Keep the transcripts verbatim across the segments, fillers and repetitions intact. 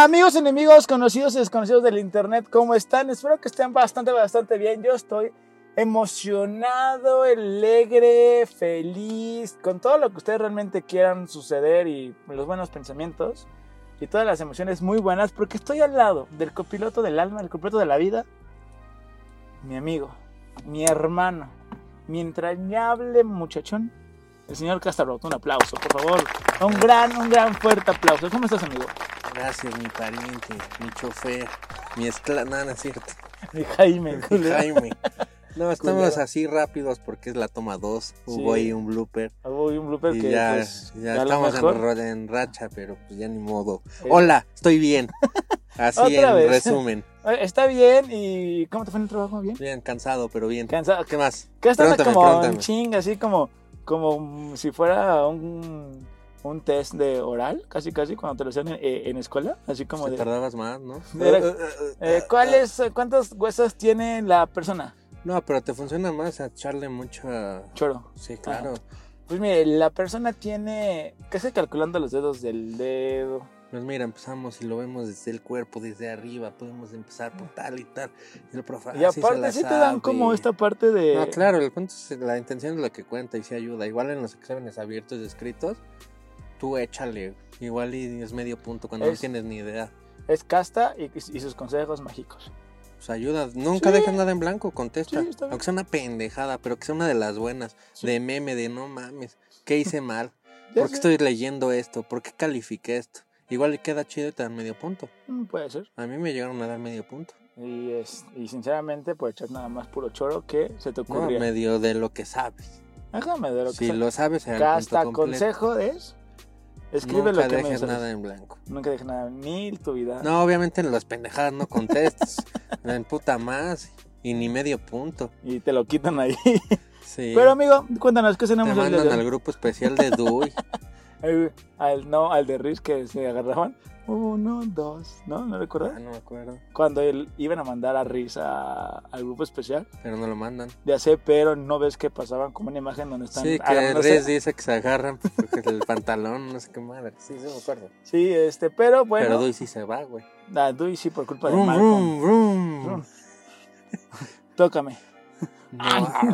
Amigos, enemigos, conocidos y desconocidos del internet, ¿cómo están? Espero que estén bastante, bastante bien. Yo estoy emocionado, alegre, feliz, con todo lo que ustedes realmente quieran suceder y los buenos pensamientos y todas las emociones muy buenas, porque estoy al lado del copiloto del alma, del copiloto de la vida, mi amigo, mi hermano, mi entrañable muchachón, el señor Castarroto. Un aplauso, por favor. Un gran, un gran fuerte aplauso. ¿Cómo estás, amigo? Gracias, mi pariente, mi chofer, mi esclavo, no, no es cierto. Mi Jaime. Mi Jaime. No, estamos culero. Así rápidos porque es la toma dos. Hubo sí. ahí un blooper. Hubo un blooper y que ya, pues, ya estamos en, en racha, pero pues ya ni modo. Sí. Hola, estoy bien. Así en vez? resumen. Está bien. ¿Y cómo te fue en el trabajo? ¿Bien? Bien, cansado, pero bien. Cansado. ¿Qué más? ¿Qué estás como pregúntame. en chinga, así como, como si fuera un... un test de oral, casi casi, cuando te lo hacían en, en escuela, así como Te de... tardabas más, ¿no? Era, eh, ¿cuáles, ¿Cuántos huesos tiene la persona? No, pero te funciona más a echarle mucho a... Choro. Sí, claro. Ah. Pues mire, la persona tiene... ¿Qué hace calculando los dedos del dedo? Pues mira, empezamos y lo vemos desde el cuerpo, desde arriba, podemos empezar por tal y tal. Y, el profe, y aparte sí te dan como esta parte de... Ah, claro, el cuento es, la intención es la que cuenta y sí ayuda. Igual en los exámenes abiertos y escritos, tú échale, igual y es medio punto cuando es, no tienes ni idea. Es casta y, y sus consejos mágicos. Pues ayuda, nunca sí. dejes nada en blanco, contesta. Sí, aunque sea una pendejada, pero que sea una de las buenas. Sí. De meme, de no mames, ¿qué hice mal? ¿Por qué sé. estoy leyendo esto? ¿Por qué califiqué esto? Igual le queda chido y te dan medio punto. Mm, puede ser. A mí me llegaron a dar medio punto. Y, es, y sinceramente, por echar nada más puro choro que se te ocurría. No, medio de lo que sabes. Ajá, medio de lo que si sabes. Si lo sabes, será el punto punto consejo es... Escribe Nunca lo que dejes me nada en blanco. Nunca dejes nada, ni tu vida. No, obviamente en las pendejadas no contestes. En puta más. Y ni medio punto. Y te lo quitan ahí. Sí. Pero amigo, cuéntanos, ¿qué tenemos? Te mandan al grupo especial de Dewey. al, no, al de Riz que se agarraban. Uno, dos, ¿no? ¿No recuerdas? Ah, no me acuerdo. Cuando él, iban a mandar a Riz a, al grupo especial. Pero no lo mandan. Ya sé, pero no ves que pasaban como una imagen donde están... Sí, que Riz dice que se agarran el pantalón, no sé qué madre. Sí, sí me acuerdo. Sí, este, pero bueno... Pero Dewey sí se va, güey. Ah, Dewey sí, por culpa rum, de Malcolm. Rum, rum. Rum. Tócame. No.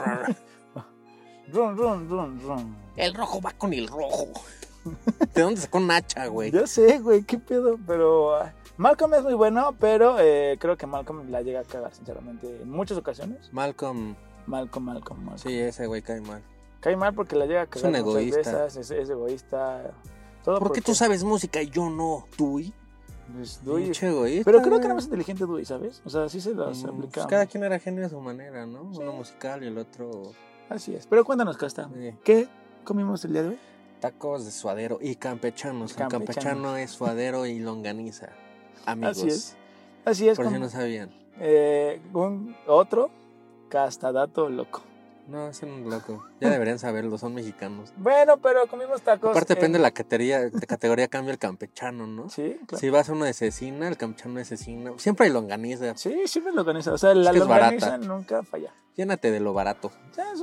Rum, rum, rum, rum. El rojo va con el rojo. ¿De dónde sacó un hacha, güey? Yo sé, güey, qué pedo, pero... Uh, Malcolm es muy bueno, pero eh, creo que Malcolm la llega a cagar, sinceramente, en muchas ocasiones. Malcolm... Malcolm, Malcolm, Malcolm. Sí, ese güey cae mal. Cae mal porque la llega a cagar. Es un egoísta. Veces, es, es egoísta. Todo ¿Por qué tú sabes música y yo no, Dewey? Pues, Dewey. Mucho egoísta. Pero creo que era más inteligente Dewey, ¿sabes? O sea, sí se las mm, aplicaba. Pues cada quien era genio a su manera, ¿no? Sí. Uno musical y el otro... Así es. Pero cuéntanos, Casta, sí. ¿Qué comimos el día de hoy? Tacos de suadero y campechanos. Campechano. El campechano es suadero y longaniza. Amigos. Así es. Así es. Por con, si no sabían. Eh, un otro castadato loco. No, son loco. Ya deberían saberlo, son mexicanos. Bueno, pero comimos tacos. Aparte depende de en... la categoría, de categoría cambia el campechano, ¿no? Sí, claro. Si vas a uno de cecina, el campechano de cecina. Siempre hay longaniza. Sí, siempre hay longaniza. O sea, la es longaniza barata. Nunca falla. Llénate de lo barato. Sí, sí.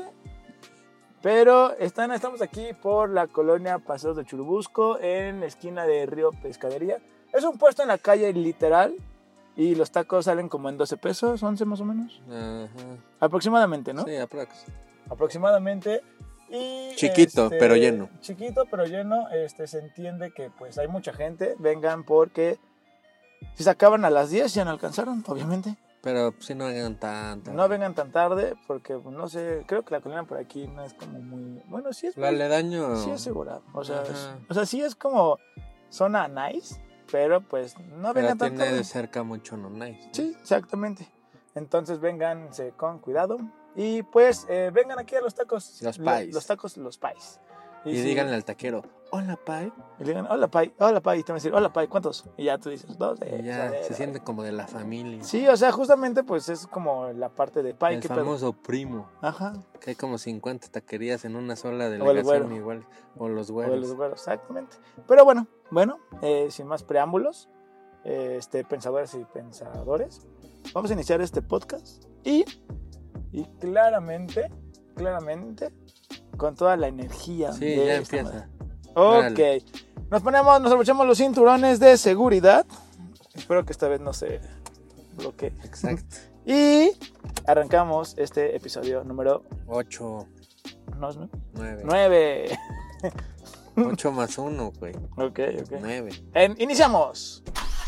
Pero están, estamos aquí por la colonia Paseos de Churubusco, en la esquina de Río Pescadería. Es un puesto en la calle literal y los tacos salen como en doce pesos, once más o menos. Ajá. Aproximadamente, ¿no? Sí, aprox. Aproximadamente. Y, chiquito, este, pero lleno. Chiquito, pero lleno. Este, se entiende que pues hay mucha gente. Vengan porque si se acaban a las diez ya no alcanzaron, obviamente. Pero si no vengan tan tarde. No vengan tan tarde porque, no sé, creo que la colonia por aquí no es como muy... Bueno, sí es... Lo aledaño... Sí es segura. O sea, es, o sea, sí es como zona nice, pero pues no pero vengan tan tarde. Pero tiene de cerca mucho no nice, ¿no? Sí, exactamente. Entonces vénganse con cuidado y pues eh, vengan aquí a los tacos. Los pais. Los tacos, los pais. Y, y sí, díganle al taquero, hola, pai. Y le digan, hola, pai, hola, pai. Y te van a decir, hola, pai, ¿cuántos? Y ya tú dices, dos. Eh, y ya se siente como de la familia. Sí, o sea, justamente pues es como la parte de pai. El famoso pedo? Primo. Ajá. Que hay como cincuenta taquerías en una sola delegación igual. O los güeros. O los güeros, exactamente. Pero bueno, bueno, eh, sin más preámbulos, eh, este, pensadores y pensadores, vamos a iniciar este podcast. Y, y claramente, claramente... con toda la energía. Sí, de ya empieza. Ok. Dale. Nos ponemos, nos abrochamos los cinturones de seguridad. Espero que esta vez no se bloquee. Exacto. Y arrancamos este episodio número ocho. ¿No es nueve? nueve. nueve. ocho más uno, güey. Ok, ok. nueve. En, iniciamos.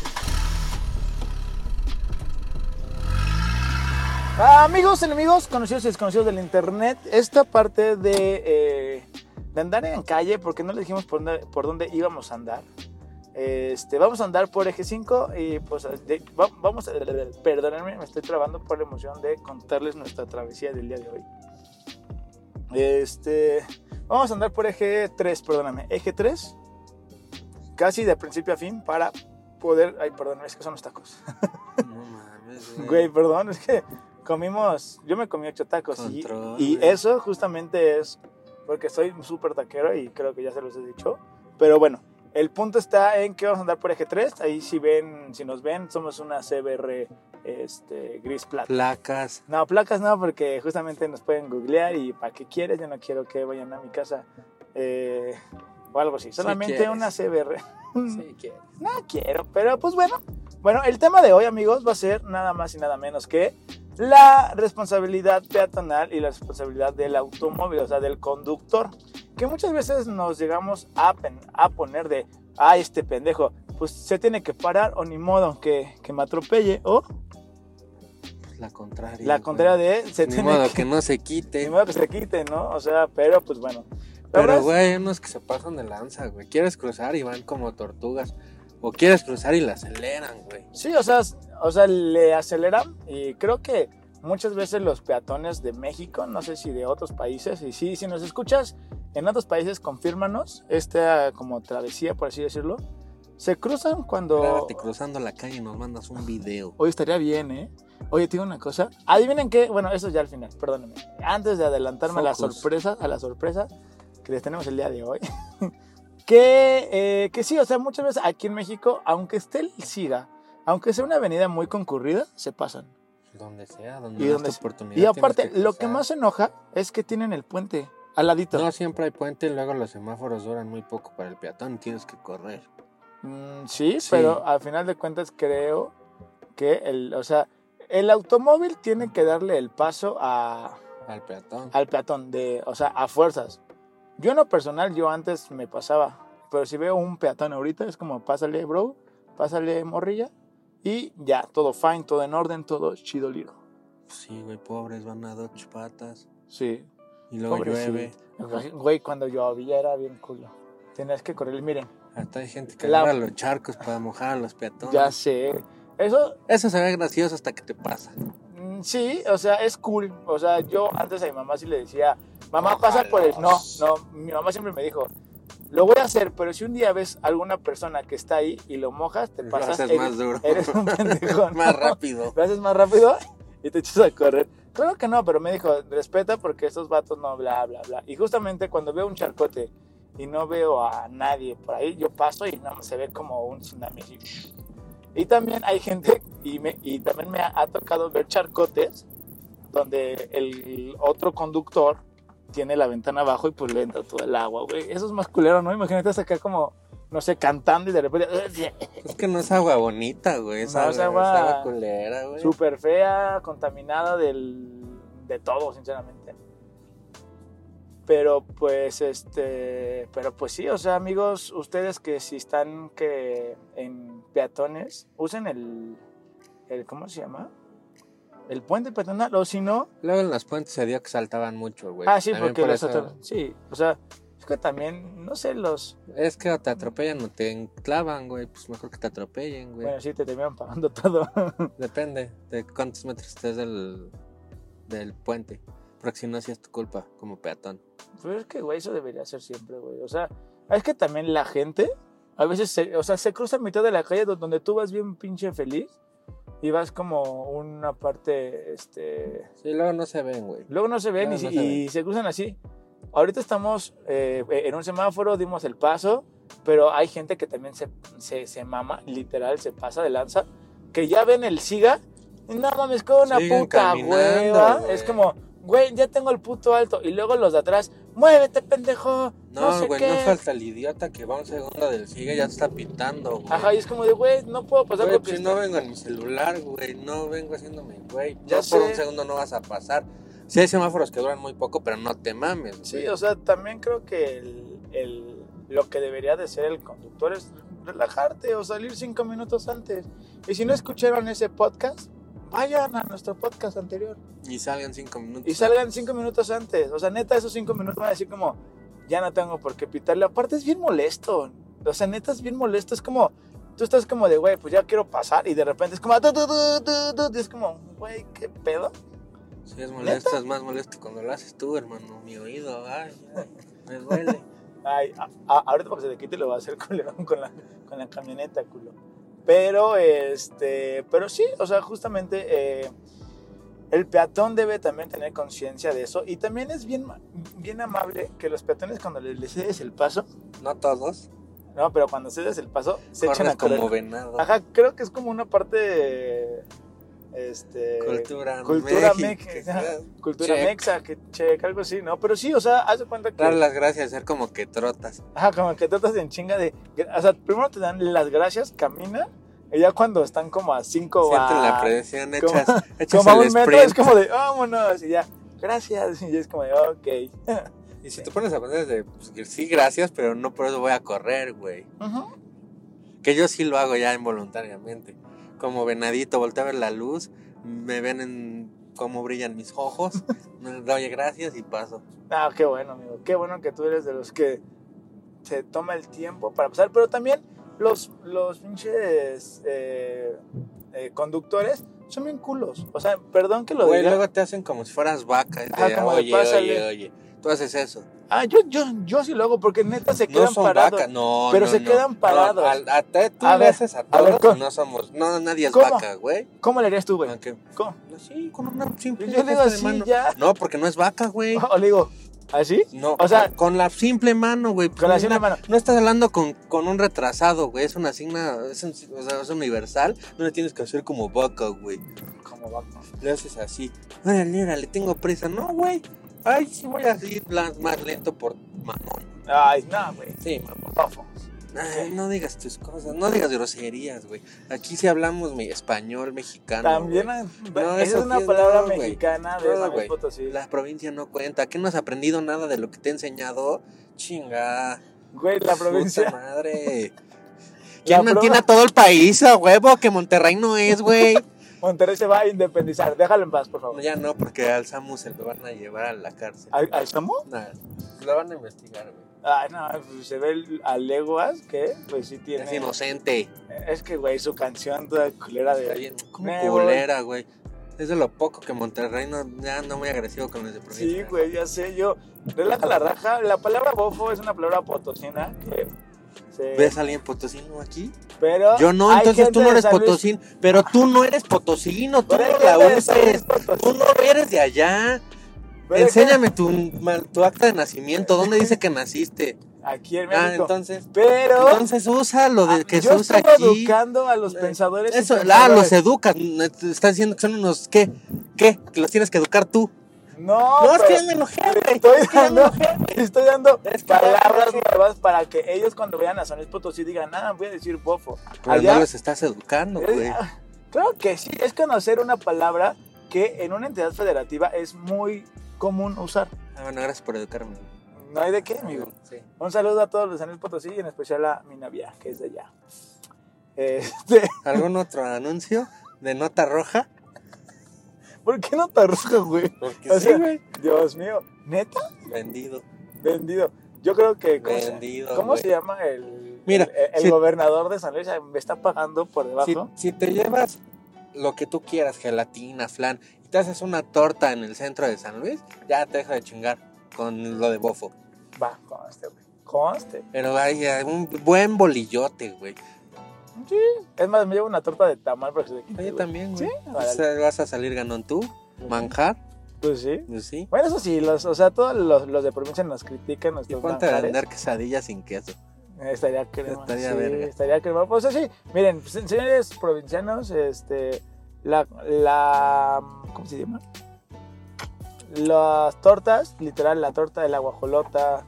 Ah, amigos, enemigos, conocidos y desconocidos del internet, esta parte de, eh, de andar en calle, porque no les dijimos por dónde, por dónde íbamos a andar. Este, vamos a andar por eje cinco y pues de, va, vamos a, perdónenme, me estoy trabando por la emoción de contarles nuestra travesía del día de hoy. Este, vamos a andar por eje tres, perdóname, eje tres, casi de principio a fin para poder, ay, perdón, es que son los tacos. No mames, güey. Güey, perdón, es que comimos, yo me comí ocho tacos y, y eso justamente es porque soy súper taquero y creo que ya se los he dicho, pero bueno. El punto está en que vamos a andar por eje tres. Ahí si ven, si nos ven, somos una C B R este, gris plata. Placas. No, placas no, porque justamente nos pueden googlear y ¿para qué quieres? Yo no quiero que vayan a mi casa eh, o algo así. Solamente sí una C B R. Sí quieres. No quiero, pero pues bueno. Bueno, el tema de hoy, amigos, va a ser nada más y nada menos que la responsabilidad peatonal y la responsabilidad del automóvil, o sea, del conductor. Que muchas veces nos llegamos a, pen, a poner de, ah, este pendejo, pues se tiene que parar o ni modo que, que me atropelle o... Pues la contraria. La contraria de él. Se Ni tiene modo que, que no se quite. Ni modo que se quite, ¿no? O sea, pero pues bueno. Pero güey, hay unos que se pasan de lanza, güey. Quieres cruzar y van como tortugas. O quieres cruzar y la aceleran, güey. Sí, o sea, o sea, le aceleran y creo que muchas veces los peatones de México, no sé si de otros países, y sí, si nos escuchas en otros países, confírmanos, esta como travesía, por así decirlo, se cruzan cuando... Grábate cruzando la calle y nos mandas un video. Hoy estaría bien, ¿eh? Oye, te digo una cosa, adivinen qué, bueno, eso ya al final, perdónenme, antes de adelantarme a la sorpresa, a la sorpresa que les tenemos el día de hoy, que, eh, que sí, o sea, muchas veces aquí en México, aunque esté el SIGA, aunque sea una avenida muy concurrida, se pasan. Donde sea, donde y, donde oportunidad y aparte, lo que más enoja es que tienen el puente al ladito. No siempre hay puente y luego los semáforos duran muy poco para el peatón y tienes que correr. Mm, sí, sí, pero al final de cuentas creo que el, o sea, el automóvil tiene que darle el paso a, al peatón. Al peatón, de, o sea, a fuerzas. Yo en lo personal, yo antes me pasaba, pero si veo un peatón ahorita es como pásale bro, pásale morrilla. Y ya, todo fine, todo en orden, todo chido liro. Sí, güey, pobres, van a dos patas. Sí. Y luego llueve. Sí. Güey, cuando llovía era bien culo. Tenías que correr, miren. Hasta hay gente que la... agarra los charcos para mojar a los peatones. Ya sé. Eso... Eso se ve gracioso hasta que te pasa. Sí, o sea, es cool. O sea, yo antes a mi mamá sí le decía, mamá, pasa por el... No, no, mi mamá siempre me dijo... Lo voy a hacer, pero si un día ves a alguna persona que está ahí y lo mojas, te pasas. Lo haces eres, más duro. Eres un pendejo. Más rápido. Lo haces más rápido y te echas a correr. Claro que no, pero me dijo, respeta porque estos vatos no, bla, bla, bla. Y justamente cuando veo un charcote y no veo a nadie por ahí, yo paso y no, se ve como un tsunami. Y también hay gente, y, me, y también me ha, ha tocado ver charcotes donde el otro conductor tiene la ventana abajo y pues le entra todo el agua, güey. Eso es más culero, ¿no? Imagínate sacar como, no sé, cantando y de repente... Es que no es agua bonita, güey. Es, no, agua, es agua, es agua culera, güey. Súper fea, contaminada del, de todo, sinceramente. Pero pues, este... Pero pues sí, o sea, amigos, ustedes que si están que en peatones, usen el... el ¿cómo se llama? El puente peatonal, o si no... Luego en los puentes se dio que saltaban mucho, güey. Ah, sí, también porque por los eso... atro... Sí, o sea, es que también, no sé, los... Es que o te atropellan o te enclavan, güey. Pues mejor que te atropellen, güey. Bueno, sí, te terminan pagando todo. Depende de cuántos metros estés del, del puente. Porque si no, sí es tu culpa como peatón. Pues es que, güey, eso debería ser siempre, güey. O sea, es que también la gente, a veces, se, o sea, se cruza a mitad de la calle donde tú vas bien pinche feliz. Y vas como una parte, este... Sí, luego no se ven, güey. Luego no se ven, luego y, no se, y ven. Se cruzan así. Ahorita estamos eh, en un semáforo, dimos el paso, pero hay gente que también se, se, se mama, literal, se pasa de lanza, que ya ven el SIGA, y no mames, con una siguen puta hueva. Wey. Es como, güey, ya tengo el puto alto. Y luego los de atrás, muévete, pendejo. No, No, güey, sé no qué. falta el idiota que va un segundo del sigue, ya está pitando, güey. Ajá, y es como de, güey, no puedo pasar Güey, porque pues no vengo en mi celular, güey, no vengo haciéndome, güey. Ya No por sé. un segundo no vas a pasar. Sí hay semáforos que duran muy poco, pero no te mames, güey. Sí, o sea, también creo que el, el, lo que debería de ser el conductor es relajarte o salir cinco minutos antes. Y si no escucharon ese podcast, vayan a nuestro podcast anterior Y salgan cinco minutos. y salgan cinco minutos antes. O sea, neta, esos cinco minutos van a decir como, ya no tengo por qué pitarle. Aparte es bien molesto. O sea, neta es bien molesto. Es como, tú estás como de, güey, pues ya quiero pasar. Y de repente es como, tu, tu, tu, tu, tu, y es como, güey, ¿qué pedo? Sí, es molesto, es más molesto cuando lo haces tú, hermano. Mi oído, ay, ay me duele. Ay, a, a, ahorita porque se te quite lo va a hacer culerón con la, con la camioneta, culo. Pero, este, pero sí, o sea, justamente eh, el peatón debe también tener conciencia de eso. Y también es bien, bien amable que los peatones cuando les, les cedes el paso, No todos. no, pero cuando cedes el paso, se echan Corres a correr. como venado. Ajá, creo que es como una parte, este... Cultura, Cultura México. mexa, cultura Check. mexa, que check, algo así, ¿no? Pero sí, o sea, haz de cuenta que... Dar las gracias, ser como que trotas. Ajá, como que tratas en chinga de... O sea, primero te dan las gracias, camina, y ya cuando están como a cinco... Sienten a, la presión, como, echas, echas como a el un metro, sprint. es como de, vámonos, y ya, gracias, y es como de, ok. Y si te pones a pensar de, pues, que sí, gracias, pero no por eso voy a correr, güey. Uh-huh. Que yo sí lo hago ya involuntariamente. Como venadito, volteo a ver la luz, me ven en cómo brillan mis ojos, me doy gracias y paso. Ah, qué bueno, amigo, qué bueno que tú eres de los que se toma el tiempo para pasar, pero también los, los pinches eh, eh, conductores son bien culos, o sea, perdón que lo Güey, diga. luego te hacen como si fueras vaca. De, Ajá, como de, oye, pásale. oye, oye, tú haces eso. Ah, yo, yo, yo sí lo hago porque neta se No quedan son parados. vacas, no, pero no, se no. quedan parados. No, a, a, te- tú A le ver, haces a a todos ver, y ¿cómo? no somos, no, nadie es ¿Cómo? vaca, güey. ¿Cómo le harías tú, güey? Aunque, ¿Cómo? sí, con una simple Yo digo gesta de así mano. ya. No, porque no es vaca, güey. O le digo, ¿así? No, O sea, con la simple mano, güey. con la Pues, simple mira, mano. No estás hablando con, con un retrasado, güey. Es una signa, es, un- o sea, es universal. No le tienes que hacer como vaca, güey. ¿Cómo va? Le haces así. Órale, órale, tengo prisa. No, güey. Ay, sí voy a ir la- más lento por mamón. Ay, no, güey. Sí, mamón. Fofo. Ay, no digas tus cosas, no digas groserías, güey. Aquí sí hablamos mi español mexicano. También, güey. hay- No, esa eso es una sí, palabra no, güey. mexicana de No, San Luis güey. Potosí. La provincia no cuenta. ¿Qué no has aprendido nada de lo que te he enseñado? Chinga. Güey, la provincia. Puta madre. La ¿Quién pro- mantiene a todo el país a huevo? Que Monterrey no es, güey. Monterrey se va a independizar. Déjalo en paz, por favor. Ya no, porque al Samu se lo van a llevar a la cárcel. ¿Ahí ahí estamos? Nada, lo van a investigar, güey. Ay, no, pues se ve el- a leguas que, pues sí tiene. Es inocente. Es que, güey, su canción toda culera Está de. bien, como Me voy. culera, güey. Es de lo poco que Monterrey no, ya no muy agresivo con los de provincia. Sí, güey, ya sé, yo. Relaja la raja. La palabra bofo es una palabra potosina que. Se... ¿Ves a alguien potosino aquí? Pero. Yo no, hay entonces gente tú no de eres San Luis- potosino. Pero tú no eres potosino, tú Pero hay no la gente de San Luis uses. Potosí. Tú no eres de allá. Pero hay Enséñame tu, ma- tu acta de nacimiento. ¿Dónde dice que naciste? Aquí en Ah, México. entonces. Pero. Entonces usa lo de que yo se usa estoy aquí. educando a los Eh, pensadores. y Eso, ah, pensadoras. los educas. Estás diciendo que son unos. ¿Qué? ¿Qué? Que los tienes que educar tú. No, No, es que pero ya me enojé, güey. estoy Es que ya me dando, enojé, güey. estoy dando Es que ya me palabras enojé. nuevas para que ellos cuando vean a San Luis Potosí digan, ah, voy a decir bofo. Pero Allá, no los estás educando, güey. eh, claro que sí, es conocer una palabra que en una entidad federativa es muy común usar. Ah, bueno, gracias por educarme. No hay de qué, amigo. Sí. Un saludo a todos los de San Luis Potosí y en especial a mi novia, que es de allá. Este, ¿Algún otro anuncio de nota roja? ¿por qué no te arrojas, güey? Porque O sí, sea, güey. Dios mío, ¿neta? Vendido. Vendido. Yo creo que. ¿Cómo, se, Vendido, ¿cómo güey. se llama el, Mira, el, el si- gobernador de San Luis? Me está pagando por Si, debajo. si te llevas lo que tú quieras, gelatina, flan, y te haces una torta en el centro de San Luis, ya te deja de chingar con lo de bofo. Va, conste, güey. Conste. Pero hay eh, un buen bolillote, güey. Sí. Es más, me llevo una torta de tamal para que se le quite, Oye, güey. también, güey. Sí, O órale. sea, vas a salir ganón tú, manjar, Pues sí. pues sí. Bueno, eso sí, los, o sea, todos los, los de provincia nos critican Y nuestros ponte a manjares. vender quesadillas sin queso. Eh, Estaría crema. Estaría sí, verga. estaría crema. Pues sí, miren, pues, señores provincianos, este, la, la, ¿cómo se llama? las tortas, literal, la torta de la guajolota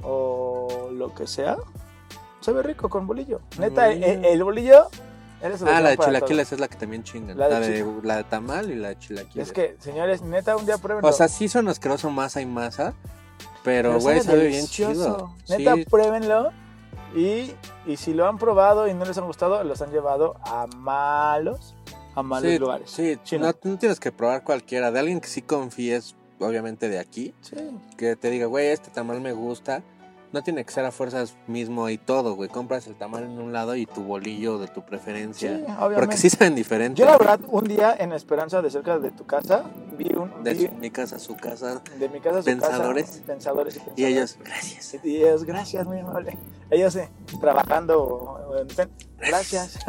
o lo que sea, sabe rico con bolillo. Neta, el, el bolillo... Ah, la de chilaquiles es la que también chingan. La de, la de, la de tamal y la de chilaquiles. Es que, señores, neta, un día pruébenlo. O sea, sí son asqueroso masa y masa, pero, güey, sabe bien chido. Neta, sí. Pruébenlo. Y, y si lo han probado y no les han gustado, los han llevado a malos, a malos sí, lugares. Sí, no, no tienes que probar cualquiera. De alguien que sí confíes, obviamente, de aquí. Sí. Que te diga, güey, este tamal me gusta. No tiene que ser a fuerzas mismo y todo, güey. Compras el tamal en un lado y tu bolillo de tu preferencia. Sí, obviamente. Porque sí saben diferente. Yo, la verdad, un día en Esperanza, de cerca de tu casa, vi un... De vi, su, mi casa a su casa. De mi casa a su pensadores. casa. Pensadores. Y pensadores. Y ellos, gracias. Y ellos, gracias, muy amable. Ellos eh, trabajando. Gracias.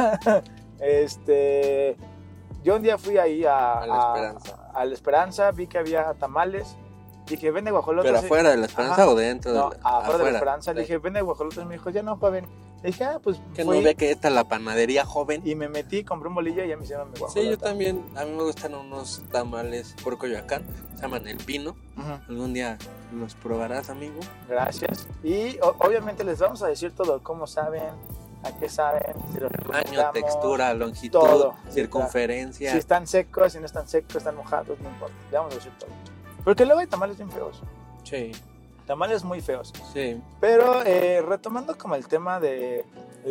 este... Yo un día fui ahí a... A la Esperanza. A, a la Esperanza, vi que había tamales. Dije, vende guajolotes. ¿Pero afuera de la Esperanza Ajá. o dentro? No, de la... afuera, afuera de la Esperanza. Le dije, vende guajolotes. Me dijo, ya no, joven. Le dije, ah, pues. Que no ve que esta es la panadería, joven. Y me metí, compré un bolillo y ya me hicieron mi guajolota. Sí, yo también. A mí me gustan unos tamales por Coyoacán. Se llaman El Pino. Uh-huh. Algún día los probarás, amigo. Gracias. Y o, obviamente les vamos a decir todo: cómo saben, a qué saben, si los tamaño, textura, longitud, todo, circunferencia. Si están secos, si no están secos, están mojados, no importa. Le vamos a decir todo. Porque luego hay tamales bien feos. Sí. Tamales muy feos. Sí. Pero eh, retomando como el tema de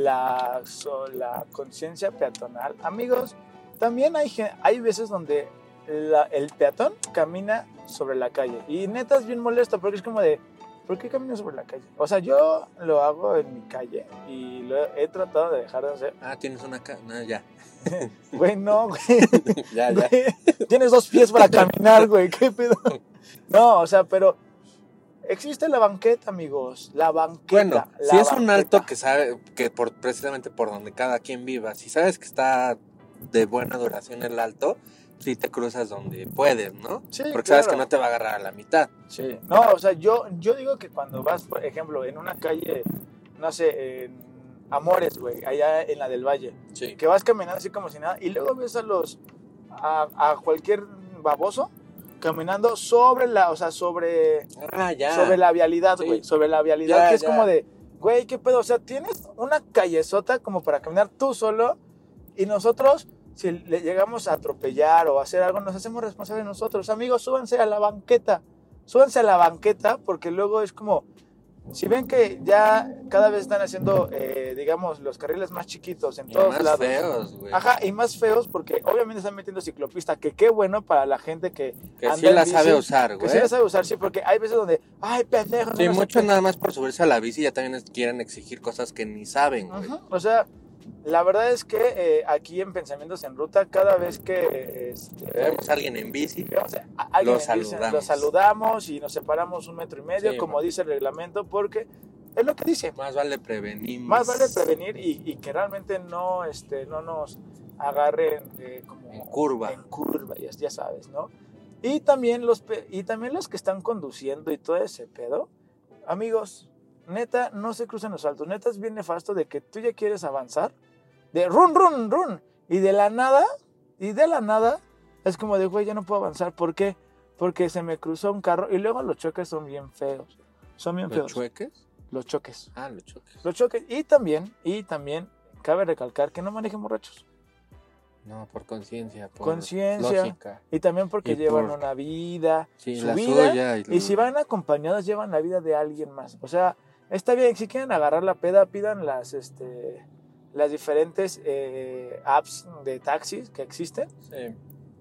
la, so, la conciencia peatonal, amigos, también hay, hay veces donde la, el peatón camina sobre la calle. Y neta es bien molesto porque es como de, ¿por qué camina sobre la calle? O sea, yo lo hago en mi calle y lo he, he tratado de dejar de hacer. Ah, tienes una calle. No, ya. Güey, no, güey. ya, ya. Güey, tienes dos pies para caminar, güey. ¿Qué pedo? No, o sea, pero existe la banqueta, amigos. La banqueta. Bueno, la si es banqueta. un alto que sabe, que por, precisamente por donde cada quien viva, si sabes que está de buena duración el alto, sí te cruzas donde puedes, ¿no? Sí, porque claro. sabes que no te va a agarrar a la mitad. Sí. No, o sea, yo, yo digo que cuando vas, por ejemplo, en una calle, no sé, en Amores, güey, allá en la del Valle, sí. que vas caminando así como si nada, y luego ves a los, a, a cualquier baboso caminando sobre la, o sea, sobre, ah, ya. sobre la vialidad, sí. güey, sobre la vialidad, ya, que es ya. como de, güey, ¿qué pedo? O sea, tienes una callezota como para caminar tú solo, y nosotros, si le llegamos a atropellar o a hacer algo, nos hacemos responsables nosotros. Amigos, súbanse a la banqueta, súbanse a la banqueta, porque luego es como, si ven que ya cada vez están haciendo, eh, digamos, los carriles más chiquitos en y todos más lados. feos, güey. Ajá, y más feos porque obviamente están metiendo ciclopista, que qué bueno para la gente que Que anda sí en la bici, sabe usar, güey. Que sí la sabe usar, sí, porque hay veces donde, ay, pendejo. Sí, no muchos sé nada más por subirse a la bici ya también quieren exigir cosas que ni saben, güey. Ajá, o sea, la verdad es que eh, aquí en Pensamientos en Ruta, cada vez que este, vemos a alguien en bici, vemos a alguien lo en bici, saludamos. lo saludamos y nos separamos un metro y medio, sí, como man. dice el reglamento, porque es lo que dice. Más vale prevenir. Más vale prevenir y, y que realmente no, este, no nos agarren eh, como en curva. En curva, ya, ya sabes, ¿no? Y también, los, y también los que están conduciendo y todo ese pedo, amigos, neta, no se crucen los altos. Neta es bien nefasto de que tú ya quieres avanzar, de run, run, run, y de la nada, y de la nada, es como de, güey, ya no puedo avanzar. ¿Por qué? Porque se me cruzó un carro y luego los choques son bien feos. Son bien feos. ¿Los choques? Los choques. Ah, los choques. Los choques. Y también, y también, cabe recalcar que no manejen borrachos. No, por conciencia, por conciencia. lógica. Y también porque y llevan por... una vida. Sí, su la vida, suya. Y, y si van acompañados, llevan la vida de alguien más. O sea, está bien, si quieren agarrar la peda, pidan las, este, las diferentes eh, apps de taxis que existen. Sí.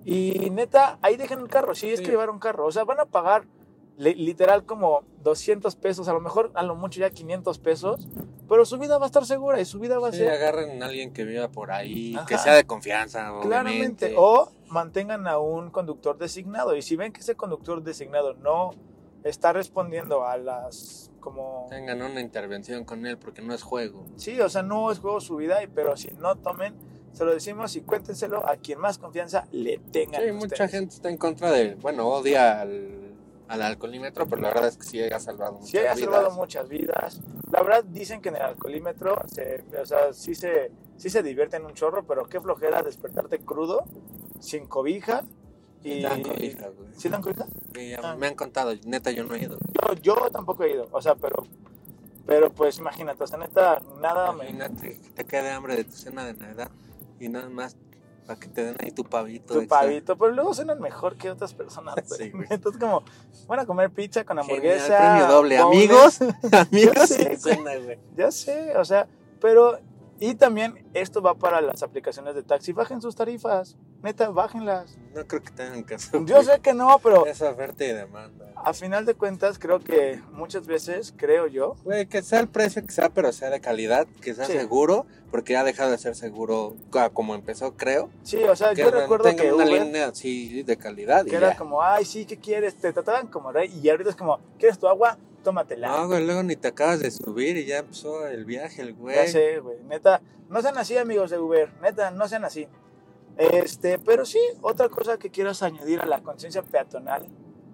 Y neta, ahí dejen el carro, sí, es sí. que llevar un carro. O sea, van a pagar literal como doscientos pesos, a lo mejor a lo mucho ya quinientos pesos, pero su vida va a estar segura y su vida va sí, a ser... agarren a alguien que viva por ahí, Ajá. que sea de confianza, claramente, obviamente. o mantengan a un conductor designado, y si ven que ese conductor designado no está respondiendo a las como... tengan una intervención con él, porque no es juego. Sí, o sea, no es juego su vida, pero si no tomen, se lo decimos y cuéntenselo a quien más confianza le tengan. Sí, ustedes. mucha gente está en contra de, bueno, odia al, al alcoholímetro, pero la verdad es que sí ha salvado muchas sí ha vidas. salvado muchas vidas. La verdad dicen que en el alcoholímetro, se, o sea, sí se, sí se divierten un chorro, pero qué flojera despertarte crudo, sin cobija. Y... Dan cobija, güey. ¿Sí dan cobija? Sí, ya Ah. me han contado, neta, yo no he ido. Yo, yo tampoco he ido, o sea, pero, pero pues imagínate, o sea, neta, nada me... Imagínate que te quede hambre de tu cena de Navidad y nada más para que te den ahí tu pavito. Tu extra. pavito, pero luego cenan mejor que otras personas, güey. Sí, güey. Entonces, como, van a comer pizza con Genial, hamburguesa. premio doble. boneless. Amigos, amigos, Ya sé, y cena, güey. Ya sé, o sea, pero... Y también esto va para las aplicaciones de taxi. Bajen sus tarifas, neta, bájenlas. No creo que tengan caso. Yo sé que no, pero Es oferta y demanda. a final de cuentas creo que muchas veces, creo yo, Güey, que sea el precio que sea, pero sea de calidad, que sea Sí. seguro, porque ya ha dejado de ser seguro ah, como empezó, creo. sí, o sea, Que yo recuerdo mantengan que una Uber, línea así de calidad y que era ya. como, ay, sí, ¿qué quieres? Te trataban como rey y ahorita es como, ¿quieres tu agua? Tómatela. No, güey, luego ni te acabas de subir y ya empezó el viaje, el güey. Ya sé, güey, neta, no sean así, amigos de Uber, neta, no sean así. Este, pero sí, otra cosa que quieras añadir a la conciencia peatonal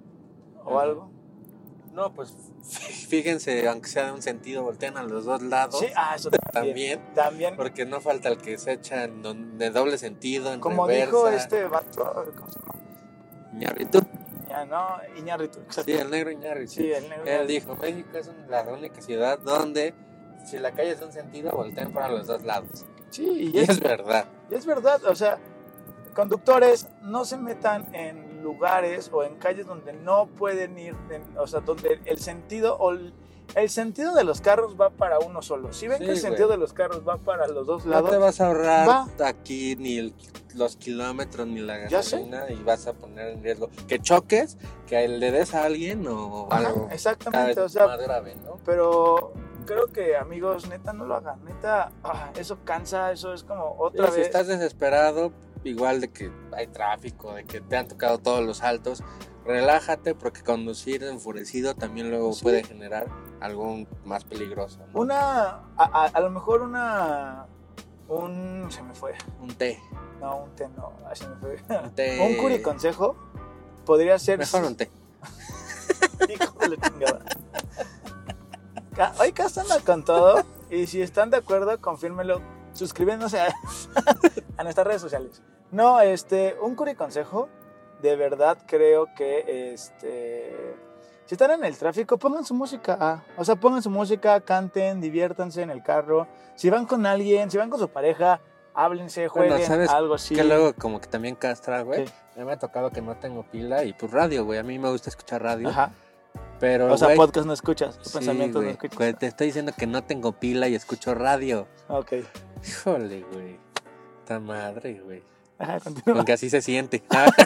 o Ajá. algo. No, pues fíjense, aunque sea de un sentido, voltean a los dos lados. Sí, ah, eso también. También, También, porque no falta el que se echa en don- de doble sentido, en como reversa. dijo este vato, ¿cómo se llama? Iñárritu. Ya, no, Iñárritu, exacto. Sí, el negro Iñárritu. Sí, el negro. Él dijo, México es una- la única ciudad donde si la calle es de un sentido, voltean para los dos lados. Sí, y Y es, es verdad. y es verdad, o sea, conductores no se metan en lugares o en calles donde no pueden ir, en- o sea, donde el sentido o el, el sentido de los carros va para uno solo. Si ven Sí, que el güey. sentido de los carros va para los dos No lados, te vas a ahorrar Va. aquí ni el- los kilómetros ni la Ya sé. gasolina y vas a poner en riesgo que choques, que le des a alguien o ajá, algo cada exactamente, vez o sea, más grave, ¿no? pero creo que amigos, neta, no lo hagan, neta, ah, eso cansa, eso es como otra Sí, si vez. estás desesperado, igual de que hay tráfico, de que te han tocado todos los altos, relájate porque conducir enfurecido también luego Sí. puede generar algo más peligroso, ¿no? Una, a, a, a lo mejor una, un, se me fue, Un té, no, un té no, ah, se me fue. un té. Un curiconsejo podría ser. Mejor un té. Hijo de la chingada. Ca- Hoy Cas anda con todo. Y si están de acuerdo, confírmenlo suscribiéndose a, a nuestras redes sociales. No, este, un curiconsejo. De verdad creo que este. Si están en el tráfico, pongan su música. ah, O sea, pongan su música, canten, diviértanse en el carro. Si van con alguien, si van con su pareja, háblense, Bueno, jueguen, ¿sabes algo así. que luego como que también castra, güey? ¿Qué? A mí me ha tocado que no tengo pila y pues radio, güey. A mí me gusta escuchar radio. Ajá. Pero, O sea, güey, podcast no escuchas, sí, pensamientos güey, no escuchas. güey, te estoy diciendo que no tengo pila y escucho radio. Ok. Híjole, güey. Esta madre, güey. Ajá, continúa. Aunque así se siente.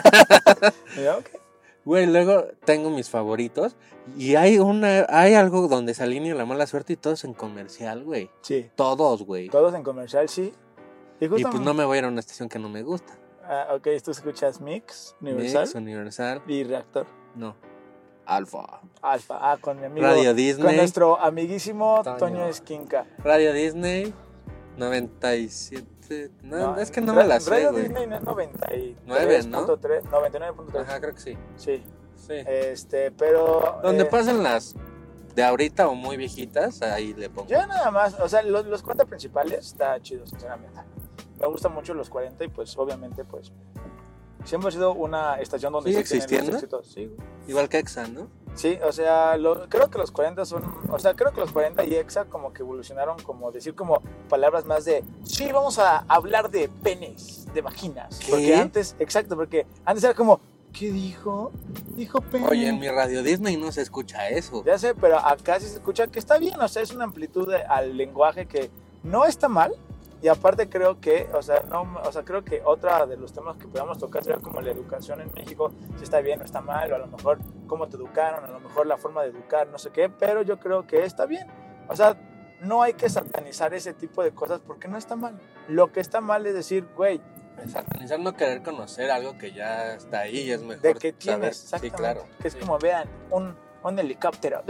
Ya, ok. Güey, luego tengo mis favoritos y hay una hay algo donde se alinea la mala suerte y todos en comercial, güey. Sí, Todos, güey. todos en comercial, sí. Y Y justo, pues no me voy a ir a una estación que no me gusta. ah, ok, tú escuchas Mix, Universal Mix, Universal. y Reactor. No. Alfa. Alfa, ah, con mi amigo, Radio con Disney. nuestro amiguísimo Toño. Toño Esquinca. Radio Disney. noventa y siete. No, No, es que no Ra- me la sé, Radio güey. Disney no es noventa y Nueve, tres ¿no? punto tres, noventa y nueve punto tres. Ajá, creo que sí. Sí, Sí. este, pero... Donde eh, pasan las de ahorita o muy viejitas, ahí le pongo. Yo nada más, o sea, los, los cuarenta principales está chido, sinceramente. Me gustan mucho los cuarenta y pues obviamente pues siempre ha sido una estación donde ¿Sigue se tienen los existiendo? éxitos. Sí, güey. Igual que Exa, ¿no? Sí, o sea, lo- creo que los cuarenta son, o sea, creo que los cuarenta y Exa como que evolucionaron como decir como palabras más de, sí, vamos a hablar de penes, de vaginas. ¿Qué? Porque antes, exacto, porque antes era como, ¿qué dijo? Dijo pene. Oye, en mi Radio Disney no se escucha eso. Ya sé, pero acá sí se escucha que está bien, o sea, es una amplitud de- al lenguaje que no está mal. Y aparte creo que, o sea, no, o sea, creo que otra de los temas que podamos tocar sería como la educación en México, si está bien o está mal, o a lo mejor cómo te educaron, a lo mejor la forma de educar, no sé qué, pero yo creo que está bien. O sea, no hay que satanizar ese tipo de cosas porque no está mal. Lo que está mal es decir, güey, Satanizar no querer conocer algo que ya está ahí y es mejor de que saber. tienes, Sí, exactamente, claro. que es Sí. como vean un, un helicóptero.